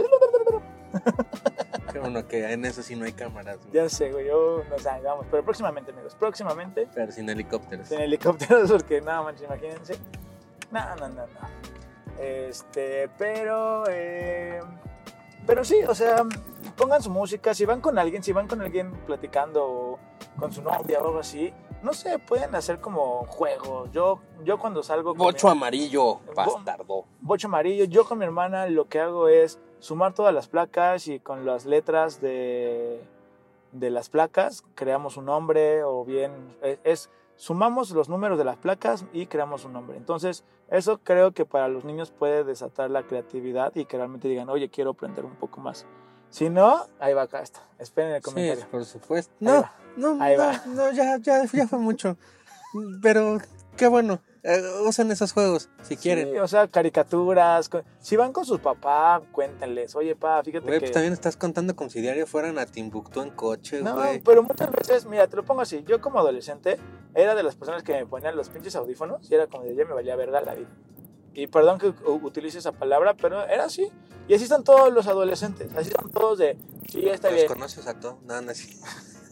Qué bueno que en eso sí no hay cámaras, güey. Ya sé, güey, yo no sé, vamos, pero próximamente, amigos, próximamente. Pero sin helicópteros. Sin helicópteros, porque nada más, imagínense. No, no, no, no. Este, pero. Eh, pero sí, o sea, pongan su música. Si van con alguien, si van con alguien platicando o con su novia o algo así, no sé, pueden hacer como juegos. Yo, yo cuando salgo... con Bocho mi- amarillo, bastardo. Bocho amarillo. Yo con mi hermana lo que hago es sumar todas las placas y con las letras de, de las placas creamos un nombre o bien es, es sumamos los números de las placas y creamos un nombre. Entonces eso creo que para los niños puede desatar la creatividad y que realmente digan, oye, quiero aprender un poco más. Si no, ahí va acá está. Esperen el comentario. Sí, por supuesto. Ahí No, va. no, Ahí no, va. no, ya, ya, ya fue mucho. Pero qué bueno. Eh, usen esos juegos si quieren. Sí, o sea, caricaturas. con- Si van con sus papás, cuéntenles. Oye, pa, fíjate Güey, que... pues también estás contando como si diario fueran a Timbuktu en coche, No, güey. pero muchas veces, mira, te lo pongo así. Yo como adolescente era de las personas que me ponían los pinches audífonos y era como de ya me valía verga la vida. Y perdón que u- utilice esa palabra, pero era así. Y así están todos los adolescentes. Así están todos de, sí, está ¿Los bien. conoces a todos? No, no, sí.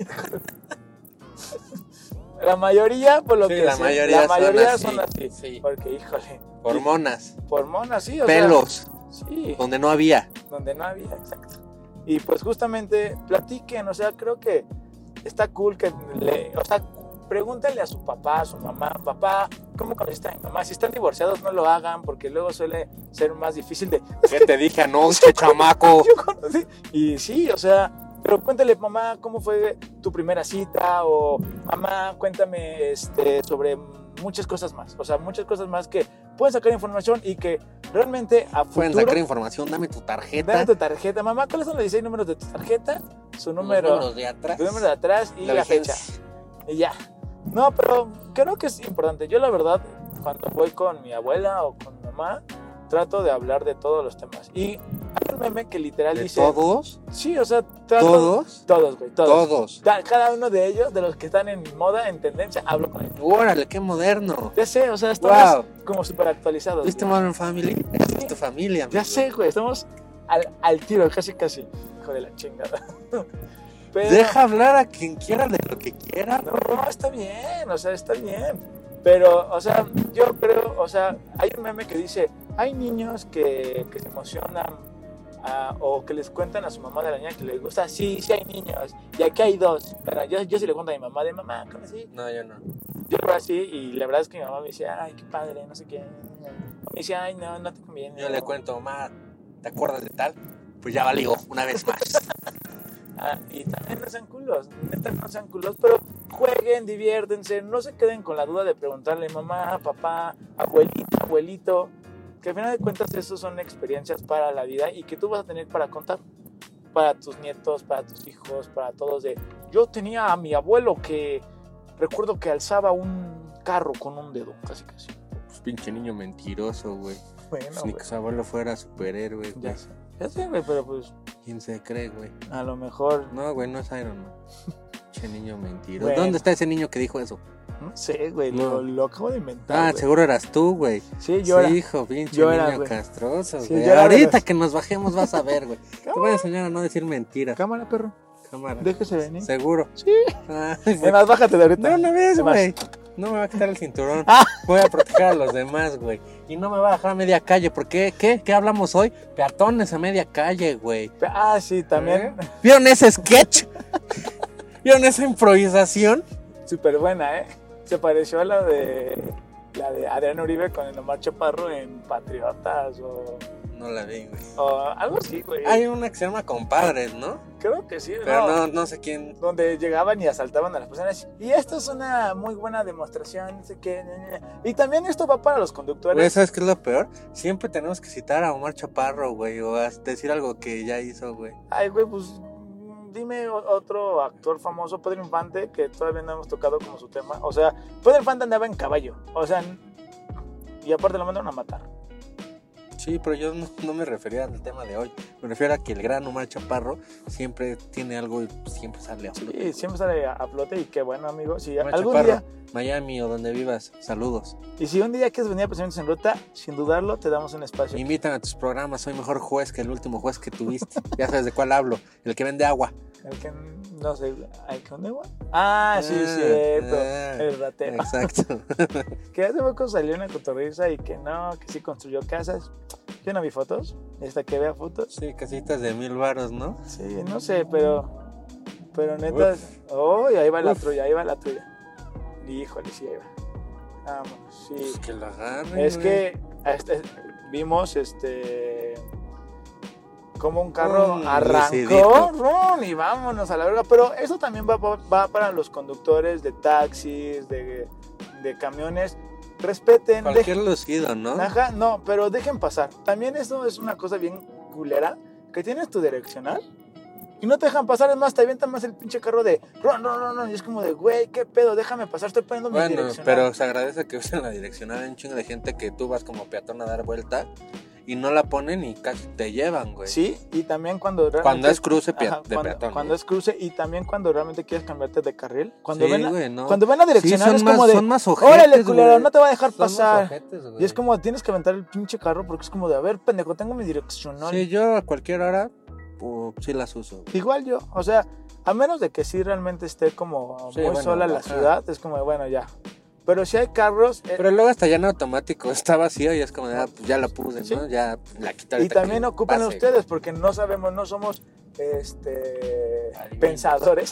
La mayoría, por lo Sí, que la sé, mayoría la mayoría son son así, así. sí. Porque, híjole, Hormonas, por monas, sí. O pelos, sea, sí. donde no había. Donde no había, exacto. Y pues justamente platiquen, o sea, creo que está cool que le, o sea, pregúntenle a su papá, a su mamá, papá, ¿cómo conociste a mi mamá? Si están divorciados no lo hagan porque luego suele ser más difícil de, ¿Qué te dije anoche, chamaco? yo conocí, y sí, o sea, pero cuéntale, mamá, ¿cómo fue tu primera cita? O mamá, cuéntame este, sobre muchas cosas más, o sea, muchas cosas más que pueden sacar información y que realmente a Pueden futuro... sacar información, dame tu tarjeta. Dame tu tarjeta. Mamá, ¿cuáles son los dieciséis números de tu tarjeta? Su número, Los números de atrás. tu número de atrás y La la, fecha. vigencia. Y ya. No, pero creo que es importante. Yo la verdad, cuando voy con mi abuela o con mi mamá, trato de hablar de todos los temas. Y hay un meme que literal ¿De dice... todos? Sí, o sea, trato- ¿Todos? Todos, güey, todos. Todos. Da- Cada uno de ellos, de los que están en moda, en tendencia, hablo con ellos. Órale, qué moderno. Ya sé, o sea, estamos Wow. como súper actualizados. ¿Viste güey. Modern Family? Esa es tu familia. Ya amigo. sé, güey, estamos al, al tiro, casi, casi. Hijo de la chingada. Pero, Deja hablar a quien quiera de lo que quiera. no, está bien, o sea, está bien. Pero, o sea, yo creo, o sea, hay un meme que dice, hay niños que, que se emocionan ah, o que les cuentan a su mamá de la niña que les gusta. Sí, sí hay niños, y aquí hay dos. Pero yo, yo sí le cuento a mi mamá de mamá, ¿cómo así? No, yo no. Yo lo veo así y la verdad es que mi mamá me dice, ay, qué padre, no sé qué. Me dice, ay, no, no te conviene. Yo le cuento, mamá, ¿te acuerdas de tal? Pues ya valió, una vez más. Ah, y también no sean culos, neta no sean culos, pero jueguen, diviértense, no se queden con la duda de preguntarle mamá, papá, abuelita, abuelito, que al final de cuentas esos son experiencias para la vida y que tú vas a tener para contar, para tus nietos, para tus hijos, para todos de, yo tenía a mi abuelo que recuerdo que alzaba un carro con un dedo, casi casi. Pues pinche niño mentiroso, güey. Bueno, Pues ni que su abuelo fuera superhéroe, güey. ya sé, ya sé, güey, pero pues ¿Quién se cree, güey? a lo mejor, No, güey, no es Iron Man. Pinche niño mentiroso. Bueno. ¿Dónde está ese niño que dijo eso? no sé, güey, No. lo, lo acabo de inventar. Ah, güey. seguro eras tú, güey. Sí, yo era. Sí, hijo, pinche yo era, niño güey. castroso, Sí, güey. yo era de Ahorita los- que nos bajemos vas a ver, güey. Te voy a enseñar a no decir mentiras. Cámara, perro. Cámara. Déjese venir. Seguro. Sí. Ay, Es güey. más, bájate de ahorita. De una vez, Es más, güey. No me va a quitar el cinturón. Ah. Voy a proteger a los demás, güey. Y no me va a dejar a media calle. ¿Por qué? ¿Qué? ¿Qué hablamos hoy? Peatones a media calle, güey. Ah, sí, también. ¿Eh? ¿Vieron ese sketch? ¿Vieron esa improvisación? Súper buena, ¿eh? Se pareció a la de la de Adrián Uribe con el Omar Chaparro en Patriotas o, No la vi, güey. o algo así, güey. Hay una que se llama Compadres, ¿no? Creo que sí, Pero ¿no? no, no sé quién. Donde llegaban y asaltaban a las personas. Y esto es una muy buena demostración, no sé qué. Y también esto va para los conductores. Güey, ¿sabes qué es lo peor? Siempre tenemos que citar a Omar Chaparro, güey. O a decir algo que ya hizo, güey. Ay, güey, pues dime o- otro actor famoso, Pedro Infante, que todavía no hemos tocado como su tema. O sea, Pedro Infante andaba en caballo. O sea, n- y aparte lo mandaron a matar. Sí, pero yo no, no me refería al tema de hoy. Me refiero a que el gran Omar Chaparro siempre tiene algo y siempre sale a flote. Sí, siempre sale a, a flote y qué bueno, amigo. Si Omar algún Chaparro, día, Miami o donde vivas, saludos. y si un día quieres venir a Pensamientos en Ruta, sin dudarlo, te damos un espacio. Invitan a tus programas, soy mejor juez que el último juez que tuviste. Ya sabes de cuál hablo, el que vende agua. El que, no sé, ¿el que dónde va? Ah, sí, Ah, cierto. ah, el ratero. Exacto. Que hace poco salió una cotorriza y que no, que sí construyó casas. Yo no vi fotos, hasta que vea fotos. Sí, casitas de mil varos, ¿no? Sí, no sé, pero. Pero neta. Oh, y ahí va la Uf. tuya, ahí va la tuya. Híjole, sí, ahí va. Vámonos, sí. Pues que lo agarren. Es güey. que este, vimos este como un carro Un arrancó lucidito. ¡rum! Y vámonos a la verga. Pero eso también va, va, va para los conductores de taxis, de, de camiones. Respeten. Cualquier dejen- lucido, ¿no? Ajá, no, pero dejen pasar. También eso es una cosa bien culera, que tienes tu direccional y no te dejan pasar. Es más, te avientan más el pinche carro de no, no, no, no. Y es como de, güey, qué pedo, déjame pasar, estoy poniendo mi Bueno, direccional. pero se agradece que usen la direccional. Hay un chingo de gente que tú vas como peatón a dar vuelta y no la ponen y casi te llevan, güey. Sí, y también cuando realmente... Cuando es cruce pea- Ajá, de cuando, peatón. Cuando ¿no? es cruce y también cuando realmente quieres cambiarte de carril. Cuando, Sí, ven, la, güey, no. cuando ven la direccional Sí, es son como más- de... son más ojetes, órale, culero, güey. no te va a dejar Son más pasar. ojetes, güey. Y es como, tienes que aventar el pinche carro porque es como de, a ver, pendejo, tengo mi direccional. Sí, yo a cualquier hora uh, sí las uso. Igual yo, o sea, a menos de que sí realmente esté como Sí, muy bueno, sola la ajá. ciudad, es como de, bueno, ya. Pero si hay carros... eh, Pero luego hasta ya en automático está vacío y es como de, ah, pues ya la puse, Sí. ¿no? Ya la quito y ahorita que también ocupen pase. ustedes porque no sabemos, no somos este Adivinos. pensadores.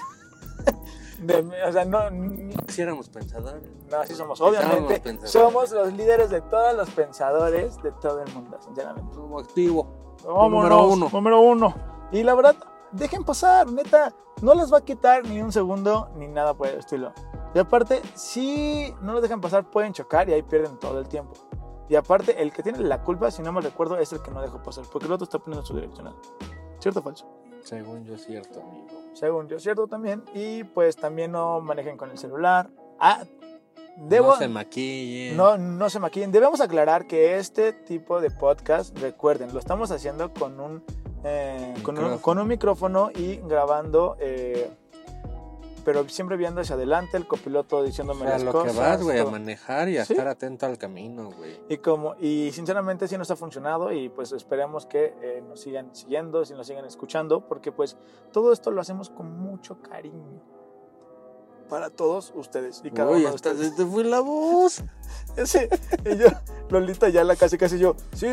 De- o sea, no, n- Si éramos pensadores. no, así somos. Somos Obviamente, pensadores. somos los líderes de todos los pensadores de todo el mundo, sinceramente. Como activo. Vámonos, número uno. Número uno. Y la verdad, dejen pasar, neta. No les va a quitar ni un segundo ni nada por el estilo. Y aparte, si no los dejan pasar, pueden chocar y ahí pierden todo el tiempo. Y aparte, el que tiene la culpa, si no me recuerdo, es el que no dejó pasar. Porque el otro está poniendo su direccional. ¿Cierto o falso? Según yo, es cierto, amigo. Según yo, cierto también. Y pues también no manejen con el celular. Ah, debo... No se maquillen. No, no se maquillen. Debemos aclarar que este tipo de podcast, recuerden, lo estamos haciendo con un, eh, con un, Micrófono. con un micrófono y grabando, eh, pero siempre viendo hacia adelante, el copiloto O diciéndome sea, las lo cosas. que vas, güey, a todo. manejar y a Sí. estar atento al camino, güey. Y, como, y sinceramente sí nos ha funcionado y pues esperemos que eh, nos sigan siguiendo, si nos sigan escuchando, porque pues todo esto lo hacemos con mucho cariño. Para todos ustedes y cada Uy, uno de hasta ustedes. se te fue la voz. Sí, y yo, Lolita ya la casi casi yo, sí,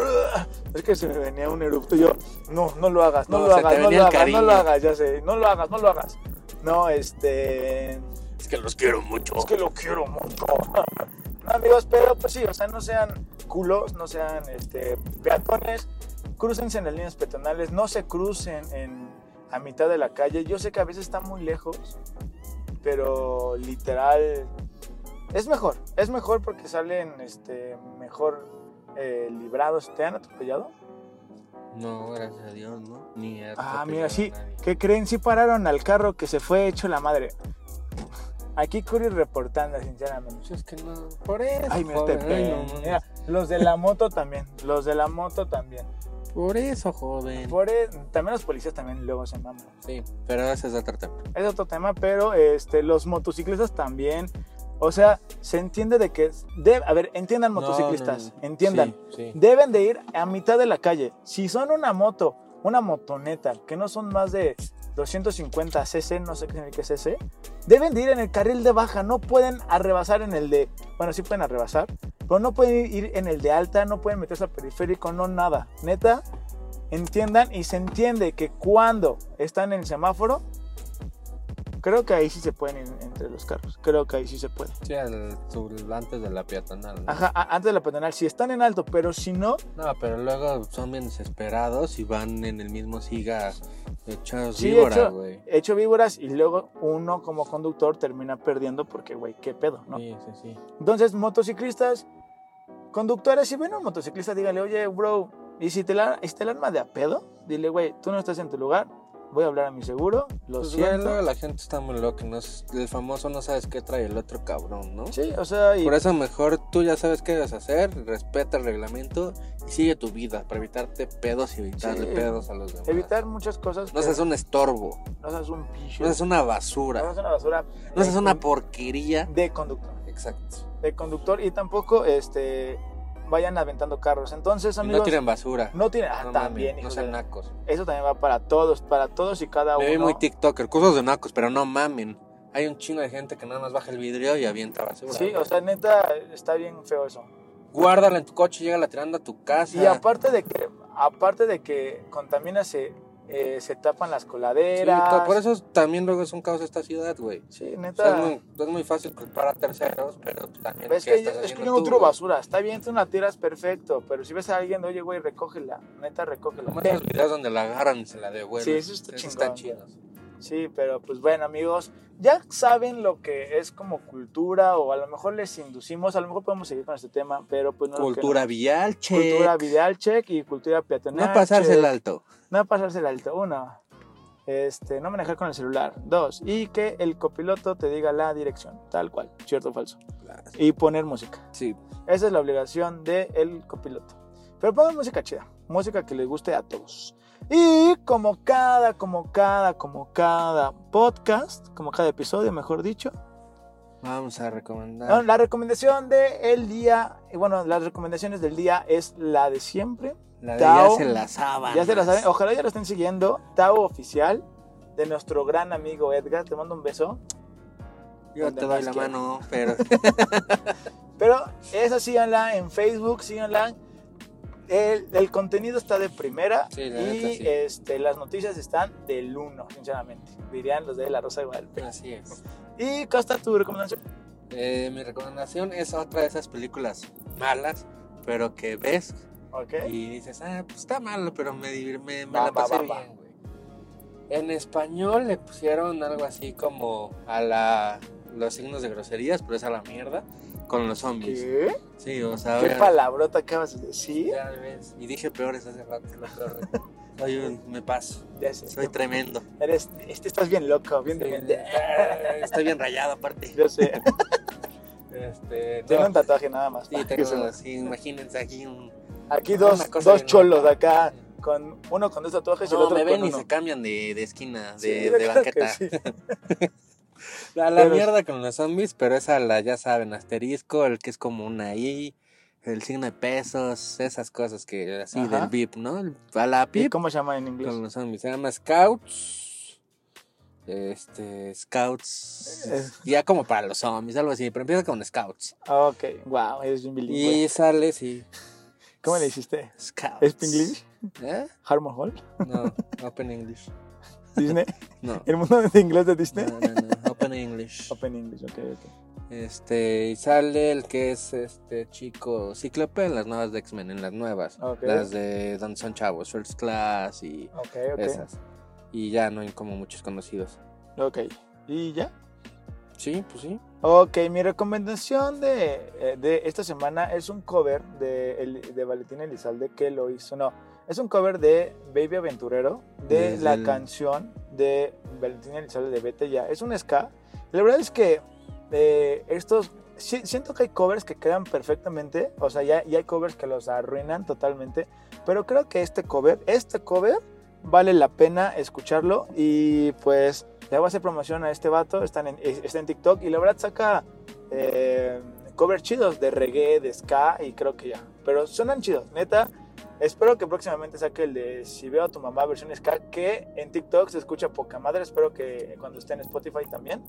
es que se me venía un erupto y yo, no, no lo hagas, no, No, lo se te hagas, no venía lo el hagas, no lo cariño. hagas, ya sé, no lo hagas, no lo hagas. No, este, Es que los quiero mucho. es que lo quiero mucho. No, amigos, pero pues sí, o sea, no sean culos, no sean este, peatones, crúcense en las líneas peatonales, no se crucen en, a mitad de la calle. Yo sé que a veces está muy lejos, pero literal es mejor, es mejor porque salen este, mejor eh, librados. ¿Te han atropellado? No, gracias a Dios, ¿no? Ni he Ah, atropellado mira, a sí, nadie. ¿qué creen? Sí pararon al carro que se fue hecho la madre. Aquí Curi reportando, sinceramente. Pues es que no. Por eso. Ay, mira joven, este ay, pe- no, mames. mira, los de la moto también, los de la moto también. Por eso, joven. Por e- también los policías también luego se maman. Sí, pero ese es otro tema. Es otro tema, pero este, los motociclistas también. O sea, se entiende de que... de- a ver, entiendan No, motociclistas, no, no. entiendan. Sí, sí. Deben de ir a mitad de la calle. Si son una moto, una motoneta, que no son más de doscientos cincuenta cc, no sé qué significa cc, deben de ir en el carril de baja. No pueden arrebasar en el de... Bueno, sí pueden arrebasar, pero no pueden ir en el de alta, no pueden meterse al periférico, no nada. Neta, entiendan y se entiende que cuando están en el semáforo, creo que ahí sí se pueden ir entre los carros. Creo que ahí sí se puede. Sí, al, su- antes de la peatonal, ¿no? Ajá, a- antes de la peatonal, si están en alto, pero si no, No, pero luego son bien desesperados y van en el mismo siga echados sí, víbora, hecho, güey. hecho víboras y luego uno como conductor termina perdiendo porque, güey, qué pedo, ¿no? Sí, sí, sí. Entonces, motociclistas, conductores, si ven a un motociclista, dígale, oye, bro, y si te la, y si te la arma de a pedo, dile, güey, tú no estás en tu lugar, voy a hablar a mi seguro, lo Pues, güey, siento. luego la gente está muy loca, ¿no? Es- el famoso no sabes qué trae el otro cabrón, ¿no? Sí, o sea, y Por eso mejor tú ya sabes qué debes hacer, respeta el reglamento y sigue tu vida para evitarte pedos y evitarle Sí, pedos a los demás. evitar muchas cosas. No que- seas un estorbo, no seas un picho. no seas una no basura, seas una basura. no seas de una con- porquería. de conductor. Exacto. De conductor y tampoco este vayan aventando carros. Entonces, Y amigos, no tiren basura. no tienen, ah, No también, mames, no hijos sean de- nacos. eso también va para todos, para todos y cada Me uno. vi muy TikToker, cosas de nacos, pero no mamen. Hay un chingo de gente que nada más baja el vidrio y avienta basura. Sí, güey. o sea, neta, está bien feo eso. Guárdala en tu coche, llega tirando a tu casa. Y aparte de que, aparte de que contamina ese eh, se tapan las Sí, coladeras. to- por eso también luego es un caos esta ciudad, güey. Sí, O sea, neta. es, muy, es muy fácil culpar a terceros, pero también Es ¿qué que, estás yo, es que haciendo yo no tú, tiro güey? basura. Está bien, tú la tiras perfecto. Pero si ves a alguien, oye, güey, recógela. Neta, recógela. Como esos videos donde la agarran y se la devuelven. Sí, eso está Esos chingón, están chidos. Sí, pero pues bueno, amigos, ya saben lo que es como cultura, o a lo mejor les inducimos, a lo mejor podemos seguir con este tema, pero pues no. Cultura vial, check. Cultura vial, check, y cultura peatonal. No pasarse el check. alto. No pasarse el alto. Uno, este, no manejar con el celular. Dos, y que el copiloto te diga la dirección, tal cual, cierto o falso. Y poner música. Sí. Esa es la obligación del copiloto. Pero pongan música chida, música que les guste a todos. Y como cada, como cada, como cada podcast, como cada episodio, mejor dicho, Vamos a recomendar. no, la recomendación del día, y bueno, las recomendaciones del día es la de siempre. La de Tao, ya se la saben. Ya se la saben, ojalá ya lo estén siguiendo. Tao Oficial, de nuestro gran amigo Edgar. Te mando un beso. Yo Donde te doy más la quieras. mano, pero Pero esa síganla en Facebook, síganla. El, el contenido está de primera. Sí, la y neta, sí. este, las noticias están del uno, sinceramente. Dirían los de La Rosa de Guadalupe. así es. Y Costa, tu recomendación. Eh, mi recomendación es otra de esas películas malas, pero que ves Ok. y dices, ah, pues está malo, pero me, divir- me, me Va, la va, pasé va, va. bien, güey. En español le pusieron algo así como a la los signos de groserías, pero es a la mierda, con los zombies. ¿Qué? Sí, o sea, ¿Qué ahora- palabrota acabas de decir? ya ves. Y dije peores hace rato, lo peor. Soy un, me paso, Ya sé. soy tremendo. Eres, este, estás bien loco, bien Sí, demente. eh, estoy bien rayado aparte. Yo sé. Este, Tiene no. un tatuaje nada más. Sí, para que tengo sepa. así, imagínense aquí un... Aquí una dos, cosa dos bien cholos loca. acá, con uno con dos tatuajes y el No, otro me ven con y uno. se cambian de, de esquina, de, Sí, de claro que banqueta. sí. La, la Pero- mierda con los zombies, pero esa la, ya saben, asterisco, el que es como una I, el signo de pesos, esas cosas que así Ajá. del V I P, ¿no? El- A la ¿Y P I P cómo se llama en inglés? con los zombies. Se llama Scouts. Este, Scouts. Es- Ya como para los zombies, algo así, pero empieza con Scouts. Ok, wow, eres bien bilingüe. Y sale, sí. ¿Cómo le hiciste? Scouts. ¿Es Pinglish? ¿Eh? ¿Harmon Hall? No, Open English. ¿Disney? No. ¿El mundo de inglés de Disney? No, no, no. Open English. Open English, ok, ok. Este, y sale el que es este chico Cíclope en las nuevas de X-Men, en las nuevas. Ok. Las de donde son chavos, First Class y Ok, ok. esas. Y ya no hay como muchos conocidos. Ok, ¿y ya? Sí, pues sí. Ok, mi recomendación de, eh, de esta semana es un cover de, el- de Valentín Elizalde que lo hizo, no, es un cover de Baby Aventurero de Desde la el- canción de Valentín Elizalde de Vete Ya. Es un ska. La verdad es que eh, estos, sí, siento que hay covers que quedan perfectamente, o sea, ya, ya hay covers que los arruinan totalmente, pero creo que este cover, este cover vale la pena escucharlo y pues le voy a hacer promoción a este vato, está en, está en TikTok y la verdad saca eh, covers chidos de reggae, de ska y creo que ya, pero suenan chidos, neta. Espero que próximamente saque el de Si veo a tu mamá versión ska, que en TikTok se escucha poca madre, espero que cuando esté en Spotify también.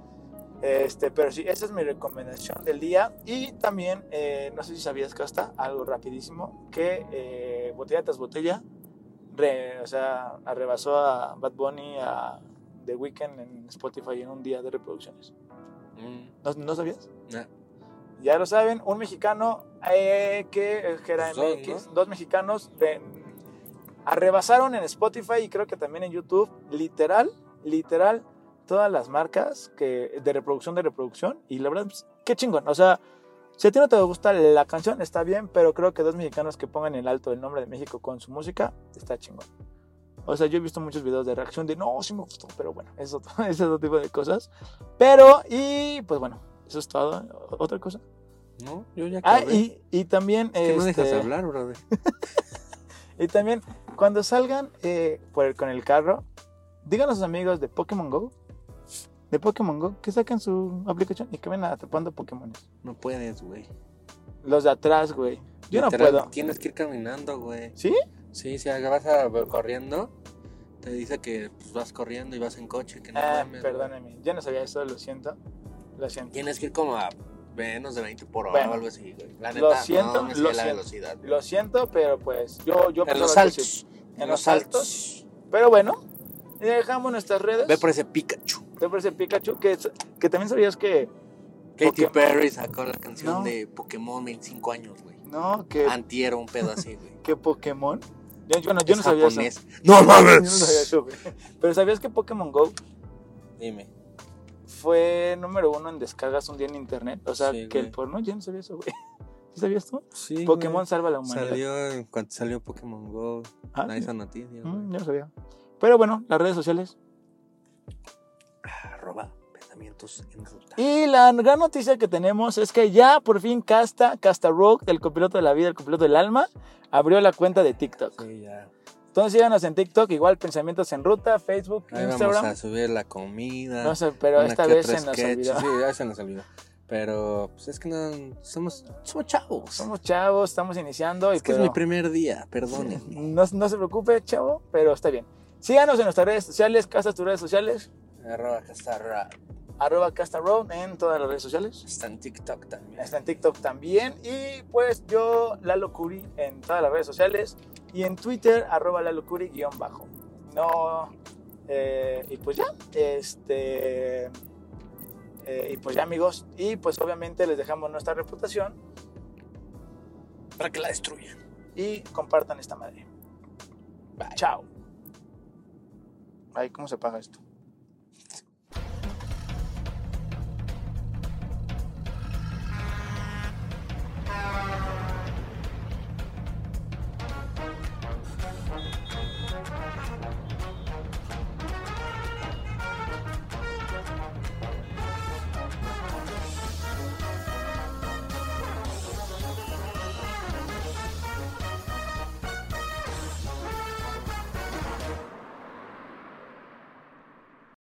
Este, pero sí, esa es mi recomendación del día. Y también, eh, no sé si sabías, Costa, algo rapidísimo, que eh, botella tras botella, re- o sea, arrebasó a Bad Bunny, a The Weeknd en Spotify en un día de reproducciones. Mm, ¿No, no sabías? nah. Ya lo saben, un mexicano eh, que, que era Pues dos, M X, ¿no? dos mexicanos eh, arrebasaron en Spotify y creo que también en YouTube, literal, literal, todas las marcas que, de reproducción de reproducción. Y la verdad, pues, qué chingón. O sea, si a ti no te gusta la canción, está bien, pero creo que dos mexicanos que pongan en alto el nombre de México con su música, está chingón. O sea, yo he visto muchos videos de reacción de no, sí me gustó, pero bueno, es otro, es otro tipo de cosas. Pero, y pues bueno, eso es todo. ¿Otra cosa? No, yo ya Ah, acabé. y, y también... ¿Qué no este, dejas hablar, brother? Y también, cuando salgan eh, por el- con el carro, digan a sus amigos de Pokémon Go, de Pokémon Go, que saquen su aplicación y que vayan atrapando Pokémones. No puedes, güey. Los de atrás, güey. Yo no Literal, puedo. Tienes que ir caminando, güey. ¿Sí? Sí, si vas a, corriendo, te dice que pues, vas corriendo y vas en coche, que no Ah, mames, güey. perdóname. Yo no sabía eso, lo siento. Lo siento. Tienes que ir como a menos de veinte por hora Bueno, o algo así, güey. La lo neta, siento, no me lo sé la siento. velocidad. Lo siento, pero pues yo... yo En pensaba los que saltos. sí. En En los los saltos. saltos. Pero bueno, dejamos nuestras redes. Ve por ese Pikachu. Ve por ese Pikachu, que, que también sabías que... Katy Pokémon- Perry sacó la canción No. de Pokémon veinticinco años, güey. No, que, Antier, un pedo así, güey. que Pokémon... Yo, bueno, yo Es no sabía japonés. eso. ¡No Yo no sabía mames! eso, güey. Pero ¿sabías que Pokémon Go Dime. fue número uno en descargas un día en internet? O sea, Sí, que el güey. porno, yo no sabía eso, güey. ¿Sí sabías tú? Sí, Pokémon güey. salva a la humanidad. Salió en cuanto salió Pokémon Go. Ah, Nadie sí. esa noticia, güey. Mm, yo no sabía. Pero bueno, las redes sociales. Arroba pensamientos en ruta. Y la gran noticia que tenemos es que ya por fin Casta, Casta Rogue, el copiloto de la vida, el copiloto del alma, abrió la cuenta de TikTok. Sí, ya. Entonces síganos en TikTok, igual Pensamientos en Ruta, Facebook, Ahí Instagram. vamos a subir la comida. No sé, pero una esta que vez otra se nos sketch. olvidó. Sí, ya se nos olvidó. Pero pues es que no, somos, somos chavos. Somos chavos, estamos iniciando. Y es que pero- es mi primer día, perdónenme. no, no se preocupe, chavo, pero está bien. Síganos en nuestras redes sociales, Casta tus redes sociales, Arroba Castarra. arroba Casta Rogue en todas las redes sociales. Está en TikTok también. Está en TikTok también. Y pues yo, Lalo Curi, en todas las redes sociales. Y en Twitter, arroba Lalo Curi, guión bajo. No. eh, y pues ya. Este. eh, y pues ya, amigos. Y pues obviamente les dejamos nuestra reputación. Para que la destruyan. Y compartan esta madre. Bye. Chao. Ay, ¿cómo se apaga esto?